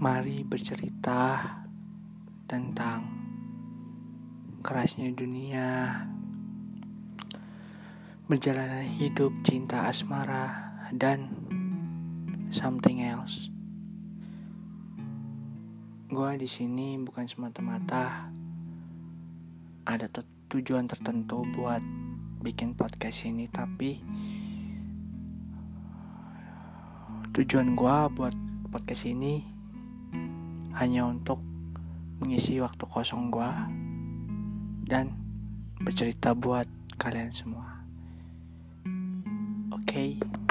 Mari bercerita tentang kerasnya dunia, perjalanan hidup, cinta asmara, dan something else. Gua di sini bukan semata-mata ada tujuan tertentu buat bikin podcast ini, tapi tujuan gua buat podcast ini hanya untuk mengisi waktu kosong gua dan bercerita buat kalian semua. Oke.